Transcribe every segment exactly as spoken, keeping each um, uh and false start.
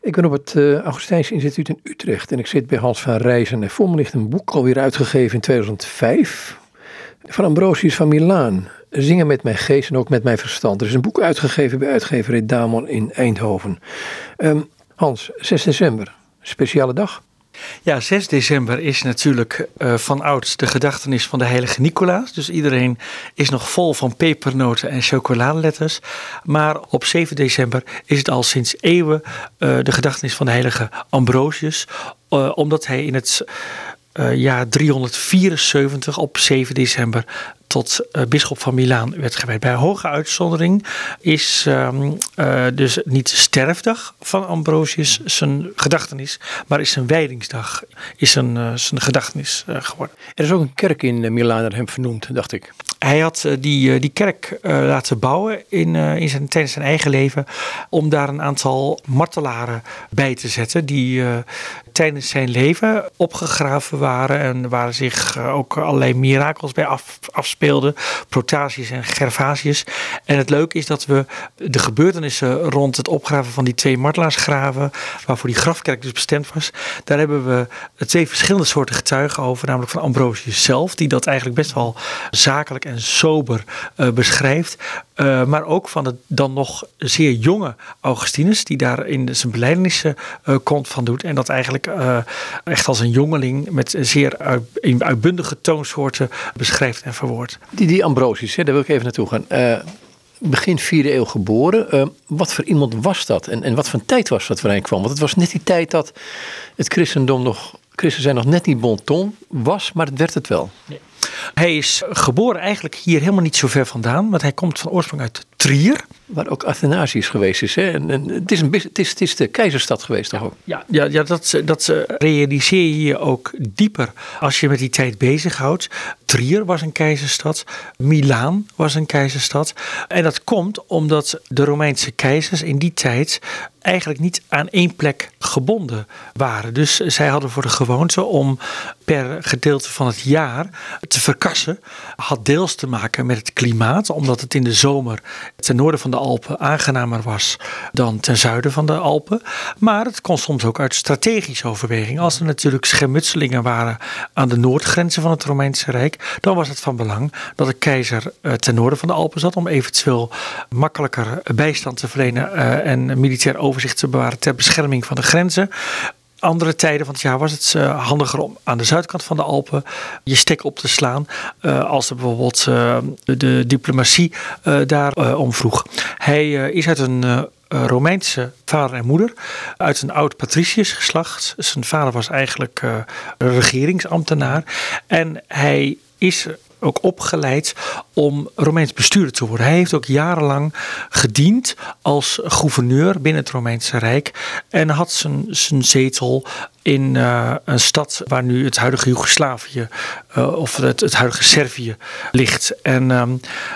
Ik ben op het uh, Augustijns Instituut in Utrecht en ik zit bij Hans van Rijzen. En voor me ligt een boek alweer uitgegeven in tweeduizend vijf van Ambrosius van Milaan. Zingen met mijn geest en ook met mijn verstand. Er is een boek uitgegeven bij uitgeverij Damon in Eindhoven. Um, Hans, zes december, speciale dag. Ja, zes december is natuurlijk uh, van ouds de gedachtenis van de heilige Nicolaas. Dus iedereen is nog vol van pepernoten en chocoladeletters. Maar op zeven december is het al sinds eeuwen uh, de gedachtenis van de heilige Ambrosius. Uh, omdat hij in het uh, jaar driehonderdvierenzeventig op zeven december tot uh, bisschop van Milaan werd gewijd. Bij hoge uitzondering is um, uh, dus niet de sterfdag van Ambrosius zijn gedachtenis, maar is zijn wijdingsdag, is zijn, uh, zijn gedachtenis uh, geworden. Er is ook een kerk in uh, Milaan naar hem vernoemd, dacht ik. Hij had uh, die, uh, die kerk uh, laten bouwen in, uh, in zijn, tijdens zijn eigen leven om daar een aantal martelaren bij te zetten die uh, tijdens zijn leven opgegraven waren en waar zich uh, ook allerlei mirakels bij af, afspeelden, Protasius en Gervasius. En het leuke is dat we de gebeurtenissen rond het opgraven van die twee martelaarsgraven, waarvoor die grafkerk dus bestemd was, daar hebben we twee verschillende soorten getuigen over, namelijk van Ambrosius zelf, die dat eigenlijk best wel zakelijk en sober uh, beschrijft. Uh, maar ook van de dan nog zeer jonge Augustinus, die daar in zijn belijdenissen uh, kont van doet. En dat eigenlijk uh, echt als een jongeling met zeer uit, uitbundige toonsoorten beschrijft en verwoordt. Die, die Ambrosius, hè, daar wil ik even naartoe gaan. Uh, begin vierde eeuw geboren. Uh, wat voor iemand was dat? En, en wat voor een tijd was dat waar hij kwam? Want het was net die tijd dat het christendom nog, christen zijn nog net niet bon ton was, maar het werd het wel. Nee. Hij is geboren eigenlijk hier helemaal niet zo ver vandaan, want hij komt van oorsprong uit Trier. Waar ook Athanasius geweest is. Hè? En, en, het, is een, het, is, het is de keizerstad geweest toch ook? Ja, ja, ja dat, dat realiseer je je ook dieper als je met die tijd bezighoudt. Trier was een keizerstad, Milaan was een keizerstad. En dat komt omdat de Romeinse keizers in die tijd eigenlijk niet aan één plek gebonden waren. Dus zij hadden voor de gewoonte om per gedeelte van het jaar te verkassen. Had deels te maken met het klimaat, omdat het in de zomer ten noorden van de Alpen aangenamer was dan ten zuiden van de Alpen. Maar het kon soms ook uit strategische overweging. Als er natuurlijk schermutselingen waren aan de noordgrenzen van het Romeinse Rijk, dan was het van belang dat de keizer ten noorden van de Alpen zat om eventueel makkelijker bijstand te verlenen en militair overzicht te bewaren ter bescherming van de grenzen. Andere tijden van het jaar was het uh, handiger om aan de zuidkant van de Alpen je stek op te slaan. Uh, als er bijvoorbeeld uh, de, de diplomatie uh, daar uh, om vroeg. Hij uh, is uit een uh, Romeinse vader en moeder. Uit een oud patricius geslacht. Zijn vader was eigenlijk uh, een regeringsambtenaar. En hij is ook opgeleid om Romeins bestuurder te worden. Hij heeft ook jarenlang gediend als gouverneur binnen het Romeinse Rijk en had zijn, zijn zetel in uh, een stad waar nu het huidige Joegoslavië uh, of het, het huidige Servië ligt. En um,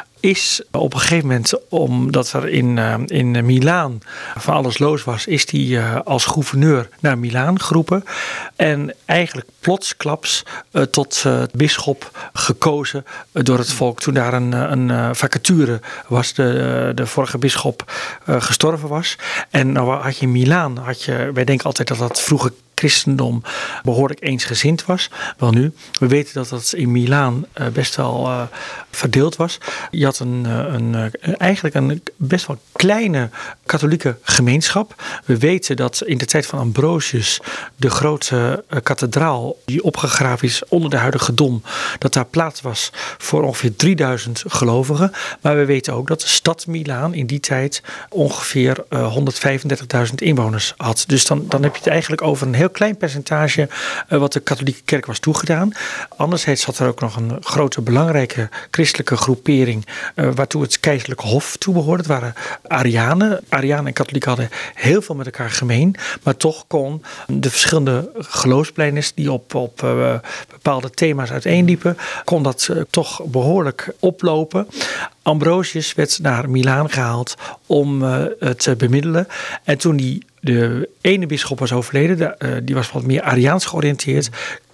is op een gegeven moment, omdat er in, uh, in Milaan van alles los was, is hij uh, als gouverneur naar Milaan geroepen. En eigenlijk plotsklaps uh, tot uh, bisschop gekozen uh, door het volk. Toen daar een, een uh, vacature was, de, de vorige bisschop uh, gestorven was. En nou had je in Milaan, had je, wij denken altijd dat dat vroeger christendom behoorlijk eensgezind was. Wel nu, we weten dat dat in Milaan uh, best wel uh, verdeeld was. Je had een, een, een, eigenlijk een best wel kleine katholieke gemeenschap. We weten dat in de tijd van Ambrosius de grote uh, kathedraal die opgegraven is onder de huidige dom, dat daar plaats was voor ongeveer drieduizend gelovigen. Maar we weten ook dat de stad Milaan in die tijd ongeveer uh, honderdvijfendertigduizend inwoners had. Dus dan, dan heb je het eigenlijk over een heel klein percentage uh, wat de katholieke kerk was toegedaan. Anderzijds had er ook nog een grote belangrijke christelijke groepering uh, waartoe het keizerlijk hof toebehoorde. Het waren Arianen. Arianen en katholieken hadden heel veel met elkaar gemeen, maar toch kon de verschillende geloofsbelijdenis die op, op uh, bepaalde thema's uiteenliepen, kon dat uh, toch behoorlijk oplopen. Ambrosius werd naar Milaan gehaald om uh, te bemiddelen. En toen die de ene bisschop was overleden, de, uh, die was wat meer Ariaans georiënteerd,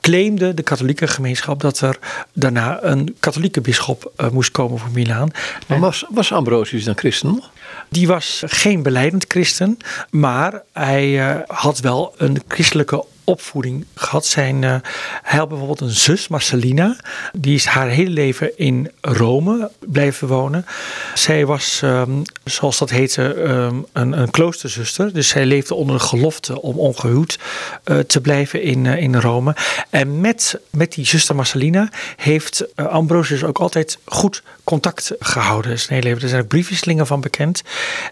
claimde de katholieke gemeenschap dat er daarna een katholieke bisschop uh, moest komen voor Milaan. Maar was, was Ambrosius dan christen? Die was geen belijdend christen, maar hij uh, had wel een christelijke opvoeding gehad. Zijn, uh, hij had bijvoorbeeld een zus, Marcellina. Die is haar hele leven in Rome blijven wonen. Zij was, um, zoals dat heette, um, een, een kloosterzuster. Dus zij leefde onder de gelofte om ongehuwd uh, te blijven in, uh, in Rome. En met, met die zuster Marcellina heeft uh, Ambrosius ook altijd goed contact gehouden. Zijn hele leven. Er zijn ook briefwisselingen van bekend.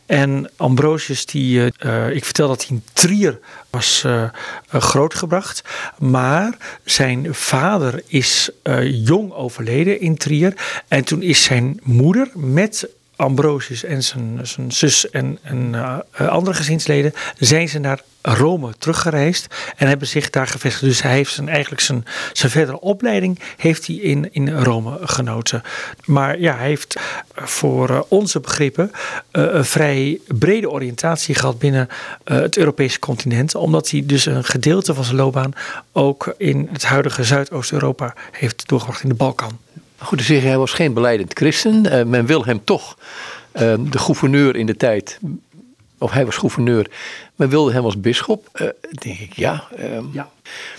En Ambrosius, die, uh, ik vertel dat hij in Trier was uh, uh, grootgebracht. Maar zijn vader is uh, jong overleden in Trier. En toen is zijn moeder met Ambrosius en zijn, zijn zus en, en uh, andere gezinsleden zijn ze naar Rome teruggereisd en hebben zich daar gevestigd. Dus hij heeft zijn, eigenlijk zijn, zijn verdere opleiding heeft hij in, in Rome genoten. Maar ja, hij heeft voor uh, onze begrippen uh, een vrij brede oriëntatie gehad binnen uh, het Europese continent. Omdat hij dus een gedeelte van zijn loopbaan ook in het huidige Zuidoost-Europa heeft doorgebracht, in de Balkan. Goed te zeggen, hij was geen belijdend christen. Uh, men wil hem toch, uh, de gouverneur in de tijd, of hij was gouverneur, men wilde hem als bisschop. Uh, denk ik, ja. Um... ja.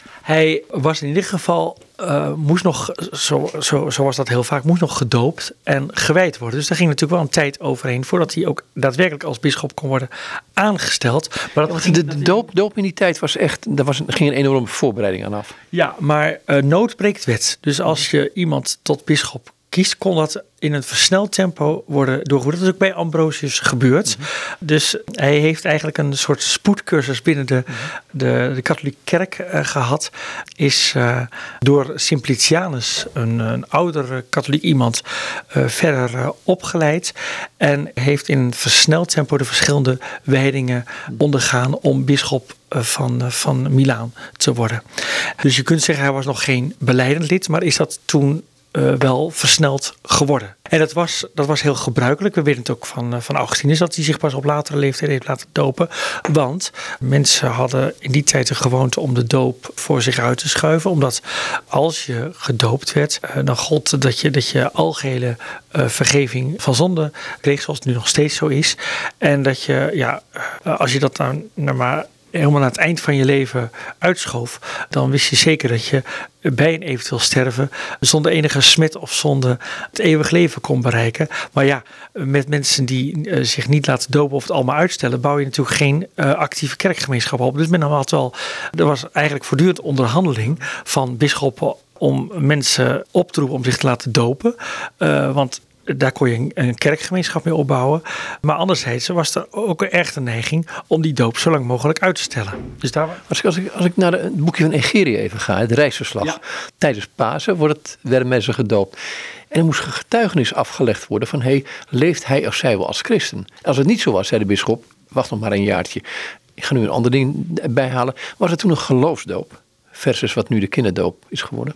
Hij was in ieder geval, uh, moest nog, zo, zo, zo was dat heel vaak, moest nog gedoopt en gewijd worden. Dus daar ging natuurlijk wel een tijd overheen voordat hij ook daadwerkelijk als bisschop kon worden aangesteld. Maar dat ja, de, de doop, doop in die tijd was echt, daar was, ging een enorme voorbereiding aan af. Ja, maar uh, nood breekt wet. Dus als je iemand tot bisschop kiest, kon dat in een versneld tempo worden doorgevoerd. Dat is ook bij Ambrosius gebeurd. Mm-hmm. Dus hij heeft eigenlijk een soort spoedcursus binnen de, mm-hmm. de, de katholieke kerk uh, gehad. Is uh, door Simplicianus, een, een oudere katholiek iemand, uh, verder uh, opgeleid. En heeft in een versneld tempo de verschillende wijdingen ondergaan om bisschop van, van Milaan te worden. Dus je kunt zeggen, hij was nog geen belijdend lid, maar is dat toen Uh, wel versneld geworden. En dat was, dat was heel gebruikelijk. We weten het ook van, uh, van Augustinus dat hij zich pas op latere leeftijd heeft laten dopen. Want mensen hadden in die tijd de gewoonte om de doop voor zich uit te schuiven. Omdat als je gedoopt werd, uh, dan gold dat je, dat je algehele uh, vergeving van zonde kreeg, zoals het nu nog steeds zo is. En dat je, ja, uh, als je dat dan nou maar helemaal naar het eind van je leven uitschoof, dan wist je zeker dat je bij een eventueel sterven zonder enige smet of zonde het eeuwig leven kon bereiken. Maar ja, met mensen die uh, zich niet laten dopen of het allemaal uitstellen, bouw je natuurlijk geen uh, actieve kerkgemeenschap op. Dus men had wel, er was eigenlijk voortdurend onderhandeling van bisschoppen om mensen op te roepen om zich te laten dopen. Uh, want daar kon je een kerkgemeenschap mee opbouwen. Maar anderzijds was er ook echt een neiging om die doop zo lang mogelijk uit te stellen. Dus daar... als, ik, als, ik, als ik naar het boekje van Egeria even ga, het reisverslag. Ja. Tijdens Pasen wordt het, werden mensen gedoopt. En er moest een getuigenis afgelegd worden van, hey, leeft hij of zij wel als christen? Als het niet zo was, zei de bisschop, wacht nog maar een jaartje. Ik ga nu een ander ding bijhalen. Was het toen een geloofsdoop? Versus wat nu de kinderdoop is geworden.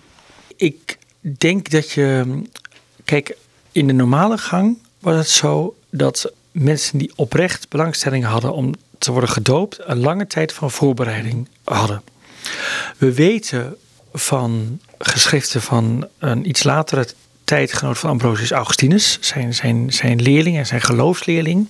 Ik denk dat je... Kijk, in de normale gang was het zo dat mensen die oprecht belangstelling hadden om te worden gedoopt, een lange tijd van voorbereiding hadden. We weten van geschriften van een iets latere tijdgenoot van Ambrosius Augustinus, zijn, zijn, zijn leerling en zijn geloofsleerling,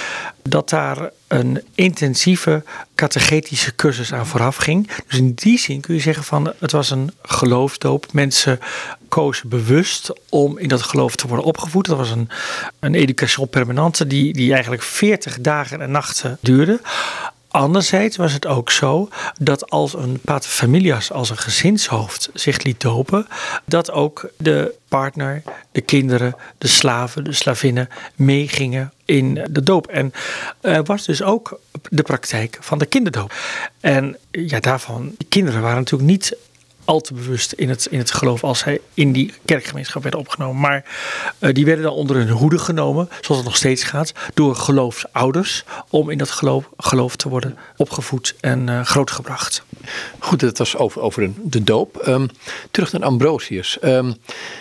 dat daar een intensieve catechetische cursus aan vooraf ging. Dus in die zin kun je zeggen van het was een geloofsdoop. Mensen kozen bewust om in dat geloof te worden opgevoed. Dat was een, een education permanente die, die eigenlijk veertig dagen en nachten duurde. Anderzijds was het ook zo dat als een paterfamilias, als een gezinshoofd zich liet dopen, dat ook de partner, de kinderen, de slaven, de slavinnen meegingen in de doop. En er was dus ook de praktijk van de kinderdoop. En ja, daarvan, die kinderen waren natuurlijk niet al te bewust in het, in het geloof als zij in die kerkgemeenschap werden opgenomen. Maar uh, die werden dan onder hun hoede genomen, zoals het nog steeds gaat, door geloofsouders om in dat geloof, geloof te worden opgevoed en uh, grootgebracht. Goed, dat was over, over de doop. Um, terug naar Ambrosius. Um,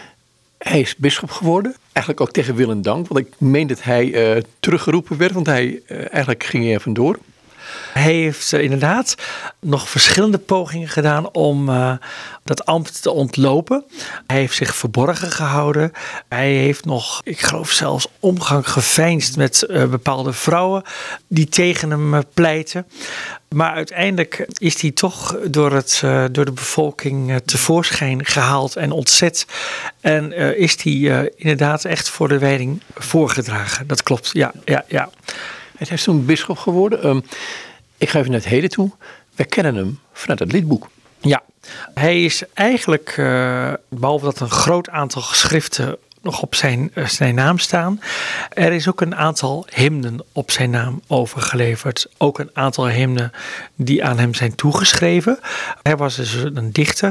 hij is bisschop geworden. Eigenlijk ook tegen wil en dank. Want ik meen dat hij uh, teruggeroepen werd. Want hij uh, eigenlijk ging er vandoor. Hij heeft uh, inderdaad nog verschillende pogingen gedaan om uh, dat ambt te ontlopen. Hij heeft zich verborgen gehouden. Hij heeft nog, ik geloof zelfs, omgang geveinsd met uh, bepaalde vrouwen die tegen hem uh, pleiten. Maar uiteindelijk is hij toch door, het, uh, door de bevolking uh, tevoorschijn gehaald en ontzet. En uh, is hij uh, inderdaad echt voor de wijding voorgedragen. Dat klopt, ja, ja, ja. Hij is toen bisschop geworden. Um, ik ga even naar het heden toe. Wij kennen hem vanuit het liedboek. Ja, hij is eigenlijk, uh, behalve dat een groot aantal geschriften nog op zijn, uh, zijn naam staan. Er is ook een aantal hymnen op zijn naam overgeleverd. Ook een aantal hymnen die aan hem zijn toegeschreven. Hij was dus een dichter.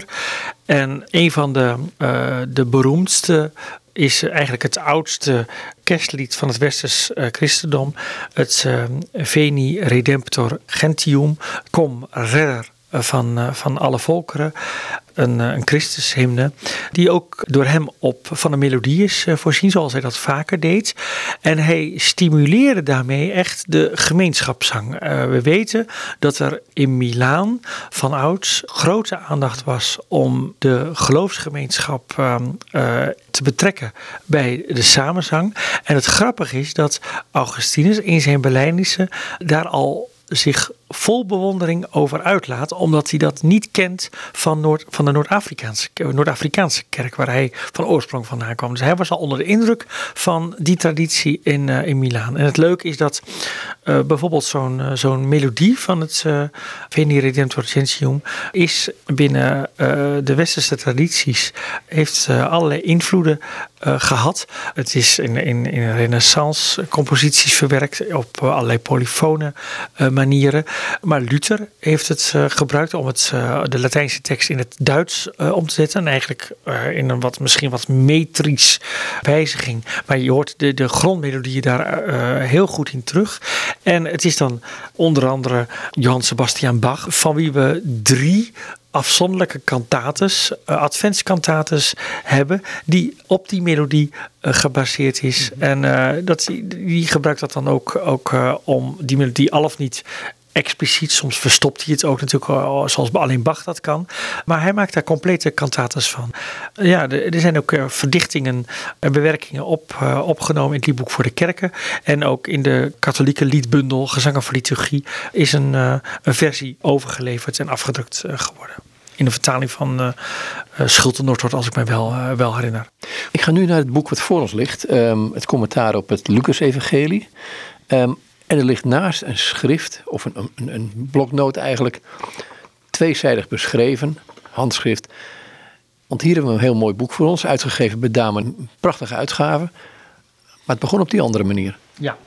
En een van de, uh, de beroemdste is eigenlijk het oudste kerstlied van het Westers uh, christendom. Het uh, Veni Redemptor Gentium, Kom redder van, uh, van alle volkeren. Een, een Christushymne, die ook door hem op van een melodie is uh, voorzien, zoals hij dat vaker deed. En hij stimuleerde daarmee echt de gemeenschapszang. Uh, we weten dat er in Milaan van ouds grote aandacht was om de geloofsgemeenschap uh, uh, te betrekken bij de samenzang. En het grappige is dat Augustinus in zijn belijdenissen daar al zich vol bewondering over uitlaat, omdat hij dat niet kent van, Noord, van de Noord-Afrikaanse, Noord-Afrikaanse kerk, waar hij van oorsprong vandaan kwam. Dus hij was al onder de indruk van die traditie in, uh, in Milaan. En het leuke is dat uh, bijvoorbeeld zo'n, uh, zo'n melodie van het uh, Veni Redemptor Gentium is binnen uh, de westerse tradities, heeft uh, allerlei invloeden uh, gehad. Het is in, in, in renaissance composities verwerkt op uh, allerlei polyfone uh, manieren. Maar Luther heeft het uh, gebruikt om het, uh, de Latijnse tekst in het Duits uh, om te zetten. En eigenlijk uh, in een wat, misschien wat metrisch wijziging. Maar je hoort de, de grondmelodieën daar uh, heel goed in terug. En het is dan onder andere Johann Sebastian Bach, van wie we drie afzonderlijke kantates, uh, adventskantates hebben, die op die melodie uh, gebaseerd is. En uh, dat, die, die gebruikt dat dan ook, ook uh, om die melodie al of niet expliciet, soms verstopt hij het ook natuurlijk, zoals alleen Bach dat kan. Maar hij maakt daar complete kantates van. Ja, er zijn ook verdichtingen en bewerkingen op, uh, opgenomen in het liedboek voor de kerken. En ook in de katholieke liedbundel Gezangen voor liturgie is een, uh, een versie overgeleverd en afgedrukt uh, geworden. In de vertaling van uh, uh, Schulte Noordhoort, als ik me wel, uh, wel herinner. Ik ga nu naar het boek wat voor ons ligt. Um, het commentaar op het Lucas-evangelie. Um, En er ligt naast een schrift, of een, een, een bloknoot eigenlijk, tweezijdig beschreven, handschrift. Want hier hebben we een heel mooi boek voor ons, uitgegeven bij Dame, een prachtige uitgave. Maar het begon op die andere manier. Ja,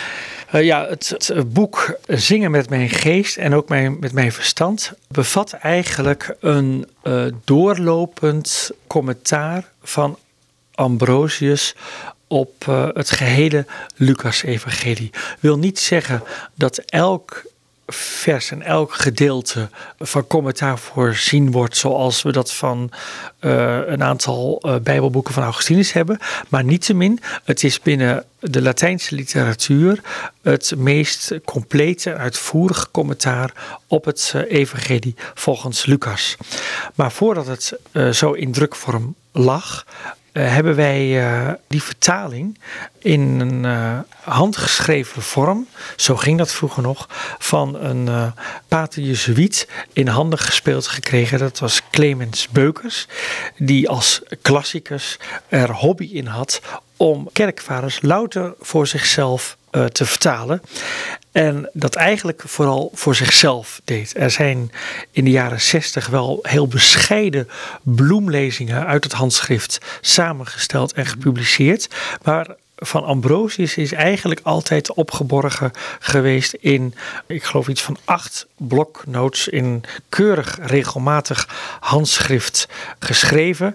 uh, ja het, het boek Zingen met mijn geest en ook mijn, met mijn verstand bevat eigenlijk een uh, doorlopend commentaar van Ambrosius op uh, het gehele Lucas-evangelie. Wil niet zeggen dat elk vers en elk gedeelte van commentaar voorzien wordt, zoals we dat van uh, een aantal uh, Bijbelboeken van Augustinus hebben. Maar niettemin, het is binnen de Latijnse literatuur het meest complete en uitvoerige commentaar op het uh, evangelie volgens Lucas. Maar voordat het uh, zo in drukvorm lag, Uh, hebben wij uh, die vertaling in een uh, handgeschreven vorm, zo ging dat vroeger nog, van een uh, pater Jezuïet in handen gespeeld gekregen. Dat was Clemens Beukers, die als klassicus er hobby in had om kerkvaders louter voor zichzelf uh, te vertalen. En dat eigenlijk vooral voor zichzelf deed. Er zijn in de jaren zestig wel heel bescheiden bloemlezingen uit het handschrift samengesteld en gepubliceerd. Maar van Ambrosius is eigenlijk altijd opgeborgen geweest in, ik geloof iets van acht bloknotes in keurig regelmatig handschrift geschreven.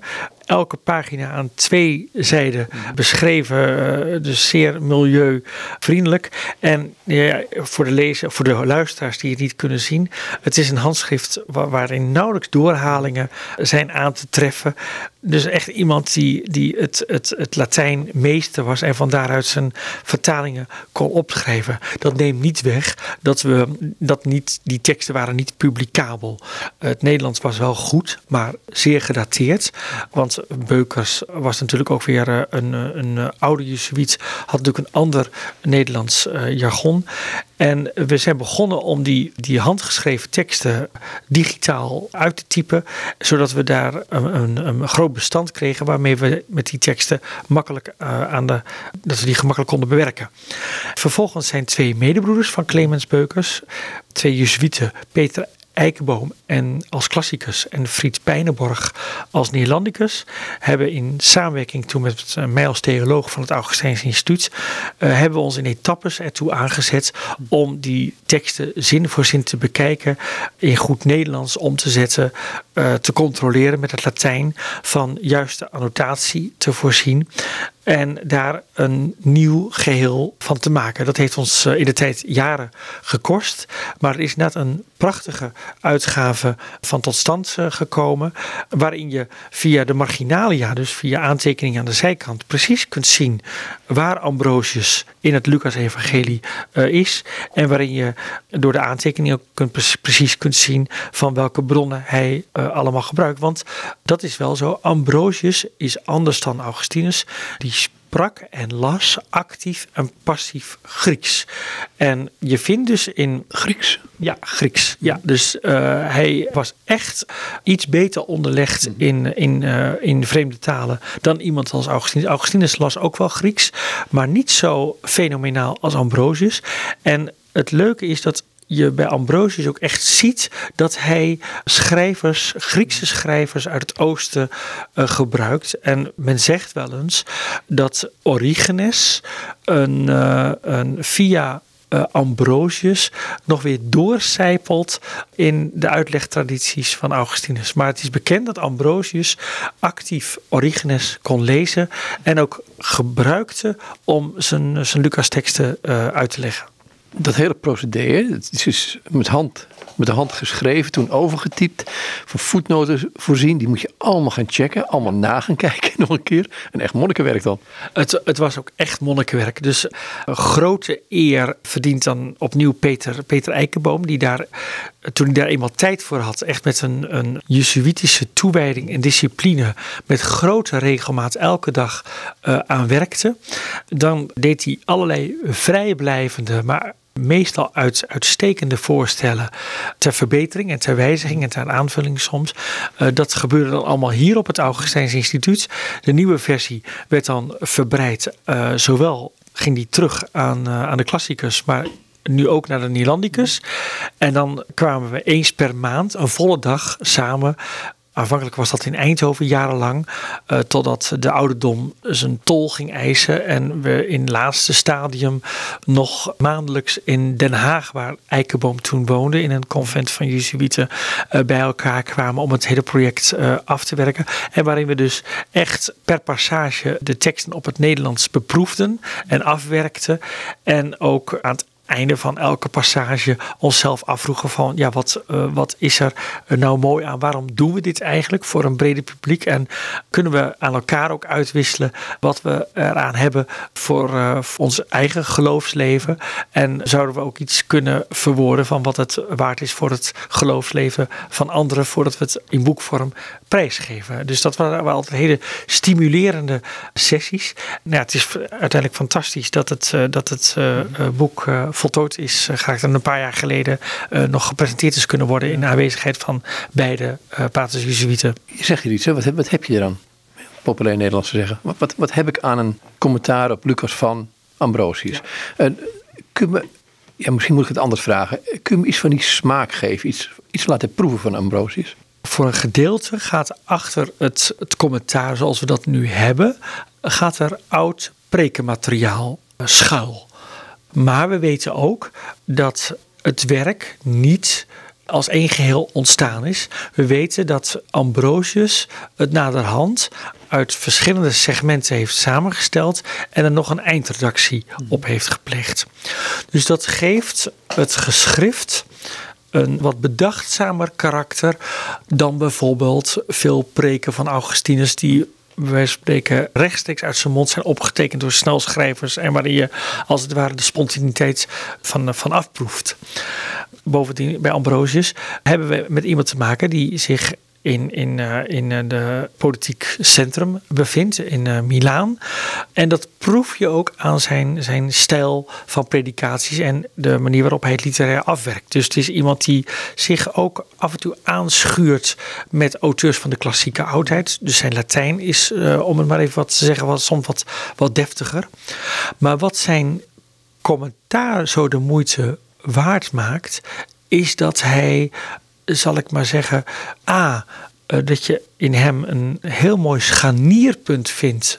elke pagina aan twee zijden beschreven, dus zeer milieuvriendelijk. En ja, voor de lezer, voor de luisteraars die het niet kunnen zien, het is een handschrift waarin nauwelijks doorhalingen zijn aan te treffen. Dus echt iemand die, die het, het, het Latijn meester was en van daaruit zijn vertalingen kon opschrijven. Dat neemt niet weg dat we dat niet, die teksten waren niet publicabel. Het Nederlands was wel goed, maar zeer gedateerd. Want Beukers was natuurlijk ook weer een, een oude Jezuïet, had natuurlijk een ander Nederlands uh, jargon. En we zijn begonnen om die, die handgeschreven teksten digitaal uit te typen, zodat we daar een, een, een groot bestand kregen waarmee we met die teksten makkelijk uh, aan de, dat we die gemakkelijk konden bewerken. Vervolgens zijn twee medebroeders van Clemens Beukers, twee Jezuïeten, Peter Eikenboom en als klassicus en Fried Pijneborg als Neerlandicus hebben in samenwerking toen met mij als theoloog van het Augustijns Instituut uh, hebben we ons in etappes ertoe aangezet om die teksten zin voor zin te bekijken, in goed Nederlands om te zetten, uh, te controleren met het Latijn, van juiste annotatie te voorzien en daar een nieuw geheel van te maken. Dat heeft ons in de tijd jaren gekost, maar er is inderdaad een prachtige uitgave van tot stand gekomen, waarin je via de marginalia, dus via aantekeningen aan de zijkant, precies kunt zien waar Ambrosius in het Lucas-evangelie uh, is en waarin je door de aantekeningen ook kunt, precies kunt zien van welke bronnen hij uh, allemaal gebruikt. Want dat is wel zo, Ambrosius is anders dan Augustinus, die sprak en las actief en passief Grieks. En je vindt dus in Grieks? Ja, Grieks. Ja, dus uh, hij was echt iets beter onderlegd in, in, uh, in vreemde talen dan iemand als Augustinus. Augustinus las ook wel Grieks, maar niet zo fenomenaal als Ambrosius. En het leuke is dat je bij Ambrosius ook echt ziet dat hij schrijvers, Griekse schrijvers uit het oosten uh, gebruikt. En men zegt wel eens dat Origenes een, uh, een via Uh, Ambrosius nog weer doorcijpelt in de uitlegtradities van Augustinus. Maar het is bekend dat Ambrosius actief Origenes kon lezen en ook gebruikte om zijn, zijn Lucas-teksten uh, uit te leggen. Dat hele procedé, het is dus met hand, met de hand geschreven, toen overgetypt, van voetnoten voorzien. Die moet je allemaal gaan checken, allemaal na gaan kijken nog een keer. En echt monnikenwerk dan. Het, het was ook echt monnikenwerk. Dus een grote eer verdient dan opnieuw Peter, Peter Eikenboom, die daar, toen hij daar eenmaal tijd voor had, echt met een, een jezuïtische toewijding en discipline, met grote regelmaat elke dag uh, aan werkte. Dan deed hij allerlei vrijblijvende, maar meestal uit, uitstekende voorstellen ter verbetering en ter wijziging en ter aanvulling soms. Uh, dat gebeurde dan allemaal hier op het Augustijns Instituut. De nieuwe versie werd dan verbreid. Uh, zowel ging die terug aan, uh, aan de klassicus, maar nu ook naar de Neerlandicus. En dan kwamen we eens per maand, een volle dag samen. Aanvankelijk was dat in Eindhoven jarenlang, uh, totdat de ouderdom zijn tol ging eisen en we in het laatste stadium nog maandelijks in Den Haag, waar Eikenboom toen woonde, in een convent van Jezuïeten, uh, bij elkaar kwamen om het hele project uh, af te werken. En waarin we dus echt per passage de teksten op het Nederlands beproefden en afwerkten en ook aan het einde van elke passage onszelf afvroegen van ja, wat, uh, wat is er nou mooi aan? Waarom doen we dit eigenlijk voor een breder publiek? En kunnen we aan elkaar ook uitwisselen wat we eraan hebben voor, uh, voor ons eigen geloofsleven? En zouden we ook iets kunnen verwoorden van wat het waard is voor het geloofsleven van anderen, voordat we het in boekvorm prijsgeven? Dus dat waren altijd hele stimulerende sessies. Nou, het is uiteindelijk fantastisch dat het, uh, dat het uh, boek uh, voltooid is geraakt en een paar jaar geleden uh, nog gepresenteerd is kunnen worden in aanwezigheid van beide uh, paters Jezuïeten. Je zegt hier iets, hè? Wat, heb, wat heb je eraan? Populair Nederlands te zeggen. Wat, wat, wat heb ik aan een commentaar op Lucas van Ambrosius? Ja. Uh, kun me, ja, misschien moet ik het anders vragen. Kun je me iets van die smaak geven? Iets, iets laten proeven van Ambrosius? Voor een gedeelte gaat achter het, het commentaar zoals we dat nu hebben, gaat er oud prekenmateriaal schuil. Maar we weten ook dat het werk niet als één geheel ontstaan is. We weten dat Ambrosius het naderhand uit verschillende segmenten heeft samengesteld en er nog een eindredactie op heeft gepleegd. Dus dat geeft het geschrift een wat bedachtzamer karakter dan bijvoorbeeld veel preken van Augustinus die wij spreken rechtstreeks uit zijn mond zijn opgetekend door snelschrijvers en waarin je als het ware de spontaniteit van, van afproeft. Bovendien bij Ambrosius hebben we met iemand te maken die zich in, in, uh, in uh, de politiek centrum bevindt, in uh, Milaan. En dat proef je ook aan zijn, zijn stijl van predikaties en de manier waarop hij het literair afwerkt. Dus het is iemand die zich ook af en toe aanschuurt met auteurs van de klassieke oudheid. Dus zijn Latijn is, uh, om het maar even wat te zeggen, wat, soms wat, wat deftiger. Maar wat zijn commentaar zo de moeite waard maakt, is dat hij, zal ik maar zeggen, A, dat je in hem een heel mooi scharnierpunt vindt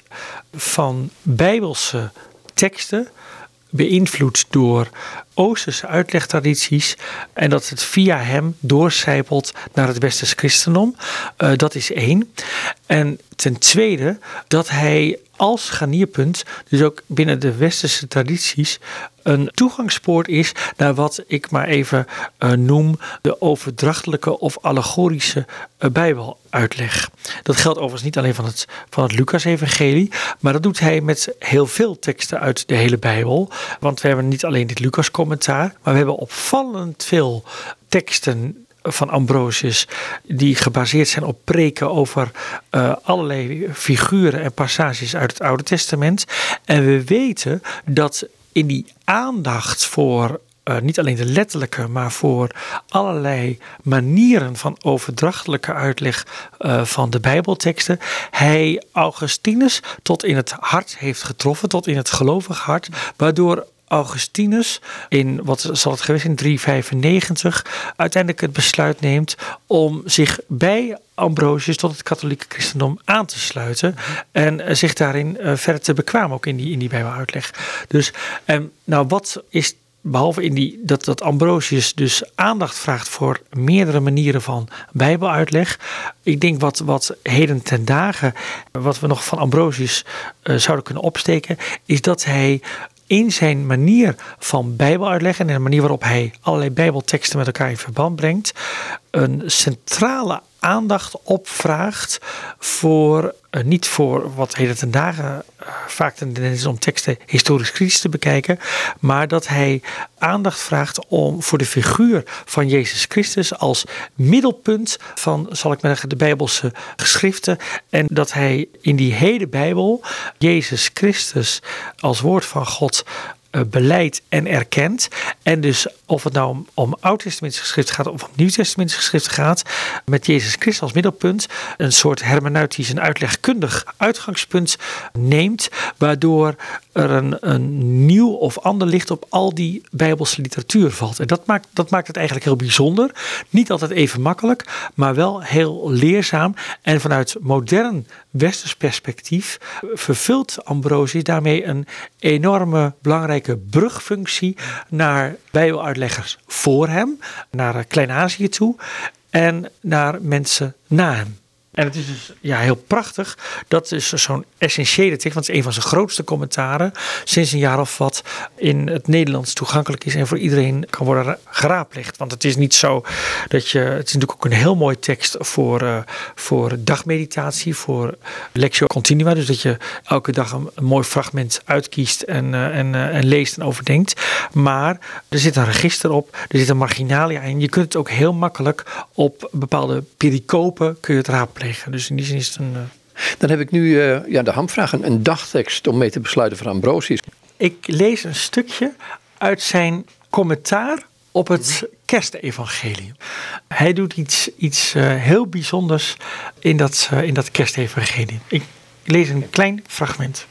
van bijbelse teksten, beïnvloed door Oosterse uitlegtradities en dat het via hem doorcijpelt naar het Westers christendom. Uh, dat is één. En ten tweede dat hij als scharnierpunt, dus ook binnen de Westerse tradities, een toegangspoort is naar wat ik maar even uh, noem de overdrachtelijke of allegorische uh, Bijbeluitleg. Dat geldt overigens niet alleen van het, van het Lucas-evangelie, maar dat doet hij met heel veel teksten uit de hele Bijbel. Want we hebben niet alleen dit Lucas-commentaar, maar we hebben opvallend veel teksten van Ambrosius die gebaseerd zijn op preken over uh, allerlei figuren en passages uit het Oude Testament. En we weten dat in die aandacht voor uh, niet alleen de letterlijke, maar voor allerlei manieren van overdrachtelijke uitleg uh, van de Bijbelteksten, hij Augustinus tot in het hart heeft getroffen, tot in het gelovig hart, waardoor Augustinus in, wat zal het geweest, in driehonderdvijfennegentig uiteindelijk het besluit neemt om zich bij Ambrosius tot het katholieke christendom aan te sluiten en zich daarin uh, verder te bekwamen, ook in die, in die Bijbeluitleg. Dus, um, nou wat is, behalve in die, dat, dat Ambrosius dus aandacht vraagt voor meerdere manieren van Bijbeluitleg. Ik denk wat, wat heden ten dagen, wat we nog van Ambrosius uh, zouden kunnen opsteken, is dat hij in zijn manier van Bijbeluitleg en de manier waarop hij allerlei Bijbelteksten met elkaar in verband brengt, een centrale aandacht opvraagt voor, uh, niet voor wat heden ten dagen uh, vaak de tendens is om teksten historisch kritisch te bekijken, maar dat hij aandacht vraagt om voor de figuur van Jezus Christus als middelpunt van, zal ik maar zeggen, de Bijbelse geschriften. En dat hij in die hele Bijbel Jezus Christus als woord van God beleidt en erkent. En dus of het nou om, om Oud-testamentische geschriften gaat of om Nieuw-testamentische geschriften gaat, met Jezus Christus als middelpunt een soort hermeneutisch en uitlegkundig uitgangspunt neemt, waardoor er een, een nieuw of ander licht op al die Bijbelse literatuur valt. En dat maakt, dat maakt het eigenlijk heel bijzonder. Niet altijd even makkelijk, maar wel heel leerzaam. En vanuit modern westers perspectief vervult Ambrosius daarmee een enorme belangrijke brugfunctie naar Bijbeluitleggers voor hem, naar Klein-Azië toe en naar mensen na hem. En het is dus ja, heel prachtig. Dat is zo'n essentiële tekst, want het is een van zijn grootste commentaren sinds een jaar of wat in het Nederlands toegankelijk is en voor iedereen kan worden geraadpleegd. Want het is niet zo dat je, het is natuurlijk ook een heel mooi tekst voor, uh, voor dagmeditatie, voor lectio continua. Dus dat je elke dag een, een mooi fragment uitkiest en, uh, en, uh, en leest en overdenkt. Maar er zit een register op, er zit een marginalia in. Je kunt het ook heel makkelijk op bepaalde pericopen kun je het raadplegen. Dus in die zin is het een... Uh... Dan heb ik nu uh, ja, de hamvraag, een, een dagtekst om mee te besluiten van Ambrosius. Ik lees een stukje uit zijn commentaar op het Kerstevangelie. Hij doet iets, iets uh, heel bijzonders in dat, uh, in dat Kerstevangelie. Ik lees een klein fragment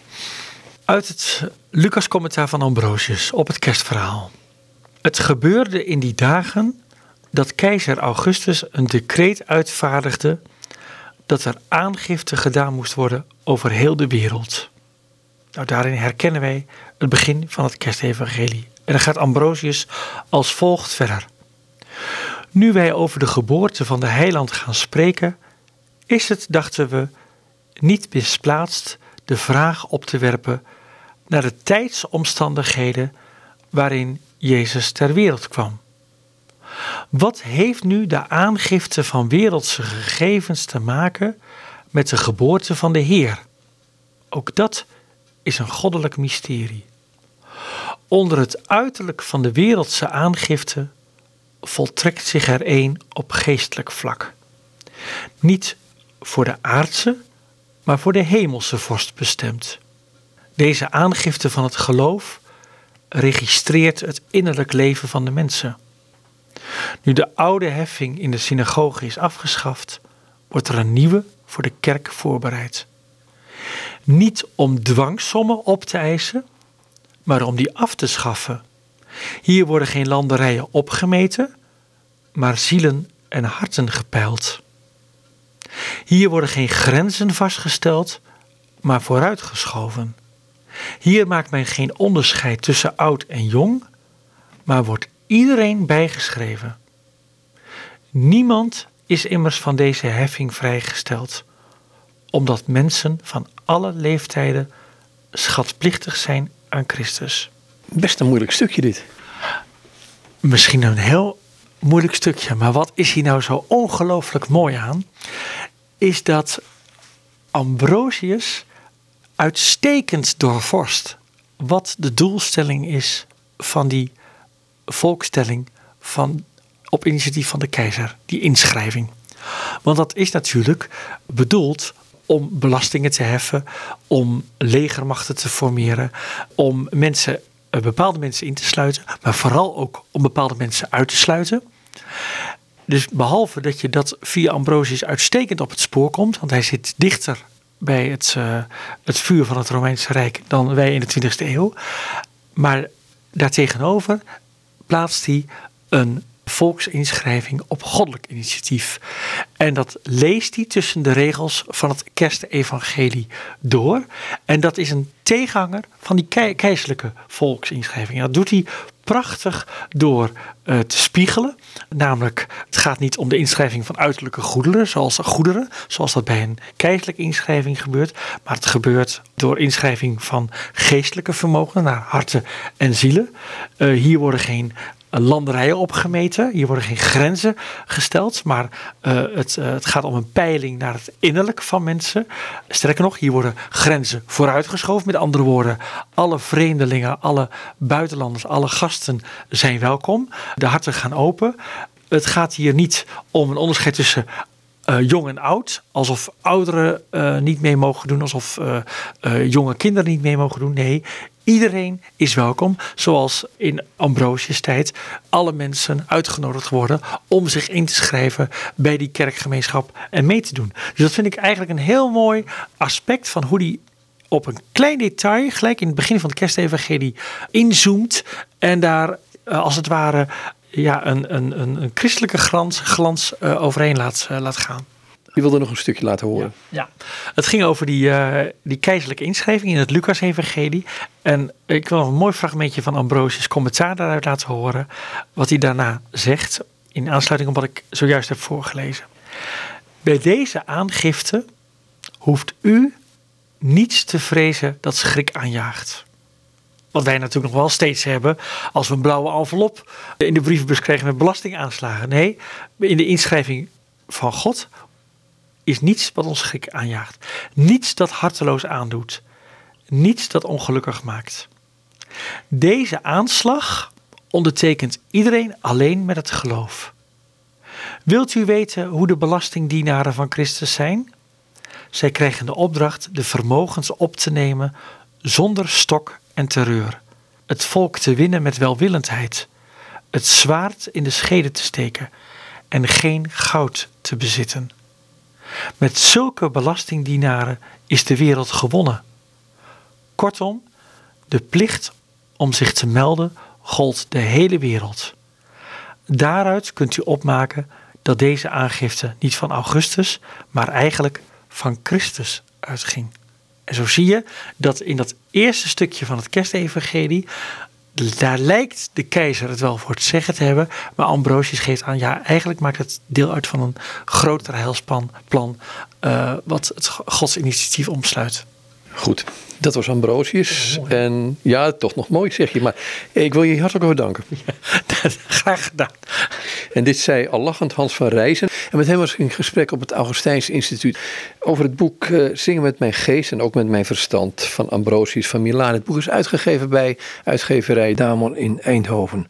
uit het Lucas-commentaar van Ambrosius op het kerstverhaal. Het gebeurde in die dagen dat keizer Augustus een decreet uitvaardigde dat er aangifte gedaan moest worden over heel de wereld. Nou, daarin herkennen wij het begin van het Kerstevangelie. En dan gaat Ambrosius als volgt verder. Nu wij over de geboorte van de heiland gaan spreken, is het, dachten we, niet misplaatst de vraag op te werpen naar de tijdsomstandigheden waarin Jezus ter wereld kwam. Wat heeft nu de aangifte van wereldse gegevens te maken met de geboorte van de Heer? Ook dat is een goddelijk mysterie. Onder het uiterlijk van de wereldse aangifte voltrekt zich er een op geestelijk vlak. Niet voor de aardse, maar voor de hemelse vorst bestemd. Deze aangifte van het geloof registreert het innerlijk leven van de mensen. Nu de oude heffing in de synagoge is afgeschaft, wordt er een nieuwe voor de kerk voorbereid. Niet om dwangsommen op te eisen, maar om die af te schaffen. Hier worden geen landerijen opgemeten, maar zielen en harten gepeild. Hier worden geen grenzen vastgesteld, maar vooruitgeschoven. Hier maakt men geen onderscheid tussen oud en jong, maar wordt iedereen bijgeschreven. Niemand is immers van deze heffing vrijgesteld, omdat mensen van alle leeftijden schatplichtig zijn aan Christus. Best een moeilijk stukje dit. Misschien een heel moeilijk stukje, maar wat is hier nou zo ongelooflijk mooi aan? Is dat Ambrosius uitstekend doorvorst wat de doelstelling is van die volkstelling van, op initiatief van de keizer, die inschrijving. Want dat is natuurlijk bedoeld om belastingen te heffen, om legermachten te formeren, om mensen, bepaalde mensen in te sluiten, maar vooral ook om bepaalde mensen uit te sluiten. Dus behalve dat je dat via Ambrosius uitstekend op het spoor komt, want hij zit dichter bij het, uh, het vuur van het Romeinse Rijk dan wij in de twintigste eeuw. Maar daartegenover plaatst hij een volksinschrijving op goddelijk initiatief. En dat leest hij tussen de regels van het kerstevangelie door. En dat is een tegenhanger van die kei- keizerlijke volksinschrijving. En dat doet hij prachtig door uh, te spiegelen. Namelijk, het gaat niet om de inschrijving van uiterlijke goederen, zoals goederen, zoals dat bij een keizerlijke inschrijving gebeurt. Maar het gebeurt door inschrijving van geestelijke vermogen naar harten en zielen. Uh, hier worden geen landerijen opgemeten. Hier worden geen grenzen gesteld, maar uh, het, uh, het gaat om een peiling naar het innerlijk van mensen. Sterker nog, hier worden grenzen vooruitgeschoven. Met andere woorden, alle vreemdelingen, alle buitenlanders, alle gasten zijn welkom. De harten gaan open. Het gaat hier niet om een onderscheid tussen Uh, jong en oud, alsof ouderen uh, niet mee mogen doen, alsof uh, uh, jonge kinderen niet mee mogen doen. Nee, iedereen is welkom, zoals in Ambrosius' tijd alle mensen uitgenodigd worden om zich in te schrijven bij die kerkgemeenschap en mee te doen. Dus dat vind ik eigenlijk een heel mooi aspect van hoe die op een klein detail, gelijk in het begin van het kerstevangelie, inzoomt en daar uh, als het ware ja, een, een, een, een christelijke glans, glans uh, overheen laat, uh, laat gaan. Je wilde nog een stukje laten horen. Ja, ja. Het ging over die, uh, die keizerlijke inschrijving in het Lucas-evangelie. En ik wil nog een mooi fragmentje van Ambrosius' commentaar daaruit laten horen. Wat hij daarna zegt, in aansluiting op wat ik zojuist heb voorgelezen. Bij deze aangifte hoeft u niets te vrezen dat schrik aanjaagt. Wat wij natuurlijk nog wel steeds hebben als we een blauwe envelop in de brievenbus kregen met belastingaanslagen. Nee, in de inschrijving van God is niets wat ons schrik aanjaagt. Niets dat harteloos aandoet. Niets dat ongelukkig maakt. Deze aanslag ondertekent iedereen alleen met het geloof. Wilt u weten hoe de belastingdienaren van Christus zijn? Zij krijgen de opdracht de vermogens op te nemen zonder stok en terreur. Het volk te winnen met welwillendheid. Het zwaard in de schede te steken en geen goud te bezitten. Met zulke belastingdienaren is de wereld gewonnen. Kortom, de plicht om zich te melden gold de hele wereld. Daaruit kunt u opmaken dat deze aangifte niet van Augustus, maar eigenlijk van Christus uitging. En zo zie je dat in dat eerste stukje van het kerstevangelie Daar lijkt de keizer het wel voor het zeggen te hebben. Maar Ambrosius geeft aan, ja, eigenlijk maakt het deel uit van een groter heilsplan, plan, uh, wat het godsinitiatief omsluit. Goed, dat was Ambrosius. Ja, en ja, toch nog mooi zeg je. Maar ik wil je hartelijk bedanken. Ja, graag gedaan. En dit zei al lachend Hans van Rijzen. En met hem was ik in gesprek op het Augustijns Instituut over het boek uh, Zingen met mijn geest en ook met mijn verstand van Ambrosius van Milaan. Het boek is uitgegeven bij uitgeverij Damon in Eindhoven.